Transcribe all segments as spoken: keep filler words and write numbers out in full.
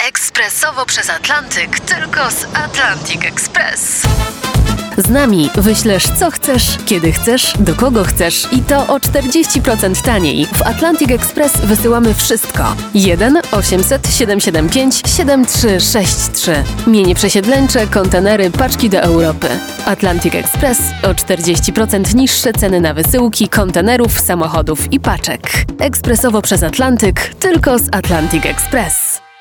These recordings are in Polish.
Ekspresowo przez Atlantyk, tylko z Atlantic Express. Z nami wyślesz co chcesz, kiedy chcesz, do kogo chcesz i to o czterdzieści procent taniej. W Atlantic Express wysyłamy wszystko. jeden osiemset siedemset siedemdziesiąt pięć siedemdziesiąt trzy sześćdziesiąt trzy. Mienie przesiedleńcze, kontenery, paczki do Europy. Atlantic Express o czterdzieści procent niższe ceny na wysyłki, kontenerów, samochodów i paczek. Ekspresowo przez Atlantyk, tylko z Atlantic Express.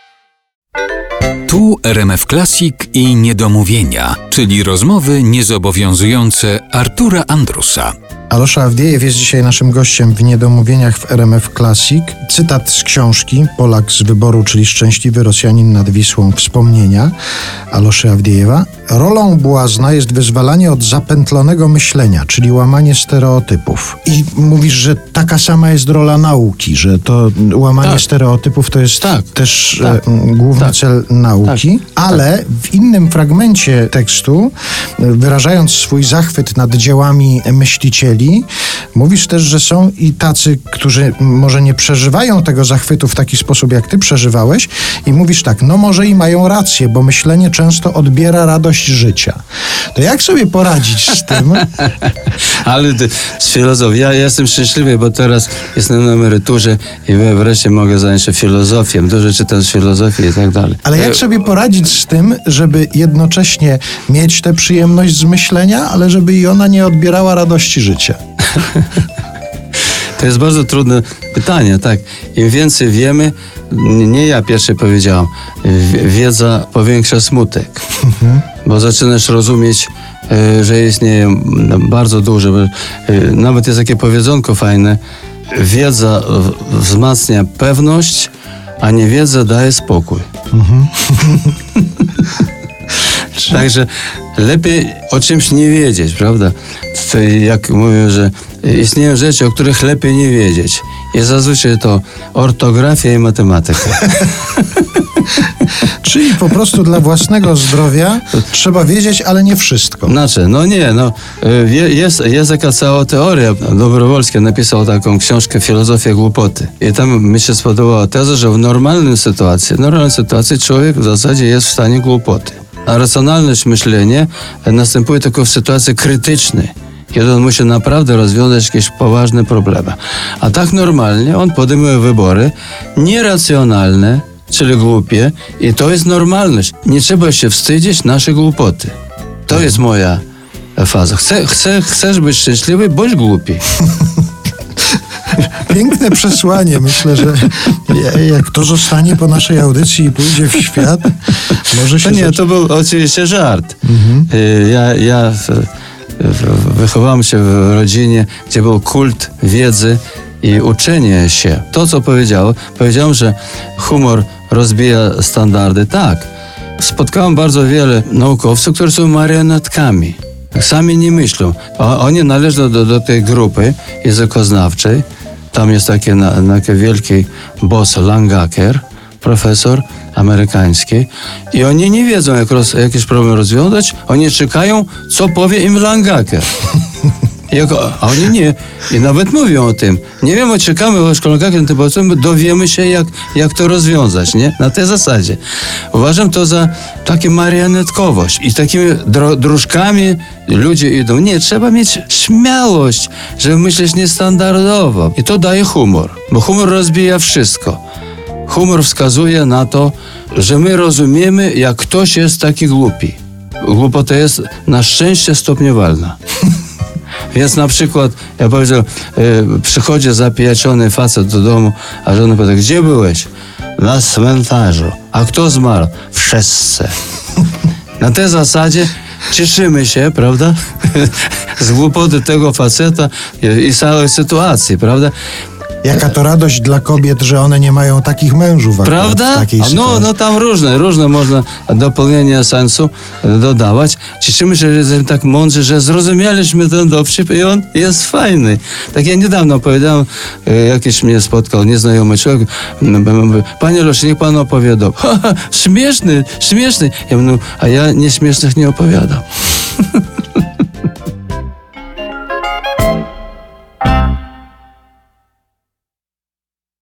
Tu R M F Classic i Niedomówienia, czyli rozmowy niezobowiązujące Artura Andrusa. Alosza Awdiejew jest dzisiaj naszym gościem w Niedomówieniach w R M F Classic. Cytat z książki Polak z wyboru, czyli Szczęśliwy Rosjanin nad Wisłą. Wspomnienia Aloszy Awdiejewa. Rolą błazna jest wyzwalanie od zapętlonego myślenia, czyli łamanie stereotypów. I mówisz, że taka sama jest rola nauki, że to łamanie tak. stereotypów to jest tak. też tak. E, główny tak. cel nauki. Tak. Ale tak. w innym fragmencie tekstu, wyrażając swój zachwyt nad dziełami myślicieli, mówisz też, że są i tacy, którzy może nie przeżywają tego zachwytu w taki sposób, jak ty przeżywałeś, i mówisz tak, no może i mają rację, bo myślenie często odbiera radość życia. To jak sobie poradzić z tym? Ale ty, z filozofii, ja jestem szczęśliwy, bo teraz jestem na emeryturze i wreszcie mogę zająć się filozofią. Dużo czytam z filozofii i tak dalej. Ale jak sobie poradzić z tym, żeby jednocześnie mieć tę przyjemność z myślenia, ale żeby i ona nie odbierała radości życia? To jest bardzo trudne pytanie, tak. Im więcej wiemy, nie ja pierwszy powiedziałam, wiedza powiększa smutek. Mhm. Bo zaczynasz rozumieć, że istnieje bardzo dużo, nawet jest takie powiedzonko fajne, wiedza wzmacnia pewność, a niewiedza daje spokój. Mhm. Także lepiej o czymś nie wiedzieć, prawda? To jak mówię, że istnieją rzeczy, o których lepiej nie wiedzieć. I zazwyczaj to ortografia i matematyka. Czyli po prostu dla własnego zdrowia trzeba wiedzieć, ale nie wszystko. Znaczy, no nie, no jest, jest taka cała teoria. Dobrowolski napisał taką książkę Filozofia głupoty. I tam mi się spodobała teza, że w normalnej sytuacji, w normalnej sytuacji człowiek w zasadzie jest w stanie głupoty. A racjonalność myślenia następuje tylko w sytuacji krytycznej, kiedy on musi naprawdę rozwiązać jakieś poważne problemy. A tak normalnie on podejmuje wybory nieracjonalne, czyli głupie, i to jest normalność. Nie trzeba się wstydzić naszej głupoty. To jest moja faza. Chcę, chcę, chcesz być szczęśliwy, bądź głupi. Piękne przesłanie. Myślę, że jak to zostanie po naszej audycji i pójdzie w świat, może się... To nie, to był oczywiście żart. Mhm. Ja, ja wychowałem się w rodzinie, gdzie był kult wiedzy i uczenie się. To, co powiedział, powiedziałem, że humor rozbija standardy. Tak. Spotkałem bardzo wiele naukowców, którzy są marionetkami. Sami nie myślą. Oni należą do, do tej grupy językoznawczej. Tam jest taki, na, taki wielki boss Langacker, profesor amerykański. I oni nie wiedzą, jak roz, jakiś problem rozwiązać. Oni czekają, co powie im Langacker. Jako, a oni nie. I nawet mówią o tym. Nie wiem, czekamy w szkolnikach, dowiemy się, jak, jak to rozwiązać, nie? Na tej zasadzie. Uważam to za takie marionetkowość. I takimi dro, dróżkami ludzie idą. Nie, trzeba mieć śmiałość, żeby myśleć niestandardowo. I to daje humor. Bo humor rozbija wszystko. Humor wskazuje na to, że my rozumiemy, jak ktoś jest taki głupi. Głupota jest na szczęście stopniowalna. Więc na przykład, ja powiedział, yy, przychodzi zapijaczony facet do domu, a żona pyta, gdzie byłeś? Na cmentarzu. A kto zmarł? Wszyscy. Na tej zasadzie cieszymy się, prawda? Z głupoty tego faceta i, i całej sytuacji, prawda? Jaka to radość dla kobiet, że one nie mają takich mężów. Prawda? W takiej A no, no tam różne, różne można dopełnienia sensu dodawać. Cieszymy się, że jesteśmy tak mądrzy, że zrozumieliśmy ten dowcip i on jest fajny. Tak ja niedawno opowiadałem, jakiś mnie spotkał nieznajomy człowiek. Panie Loszy, niech pan opowiadał. Ha, ha, śmieszny, śmieszny. Ja mówię, a ja nieśmiesznych nie opowiadam.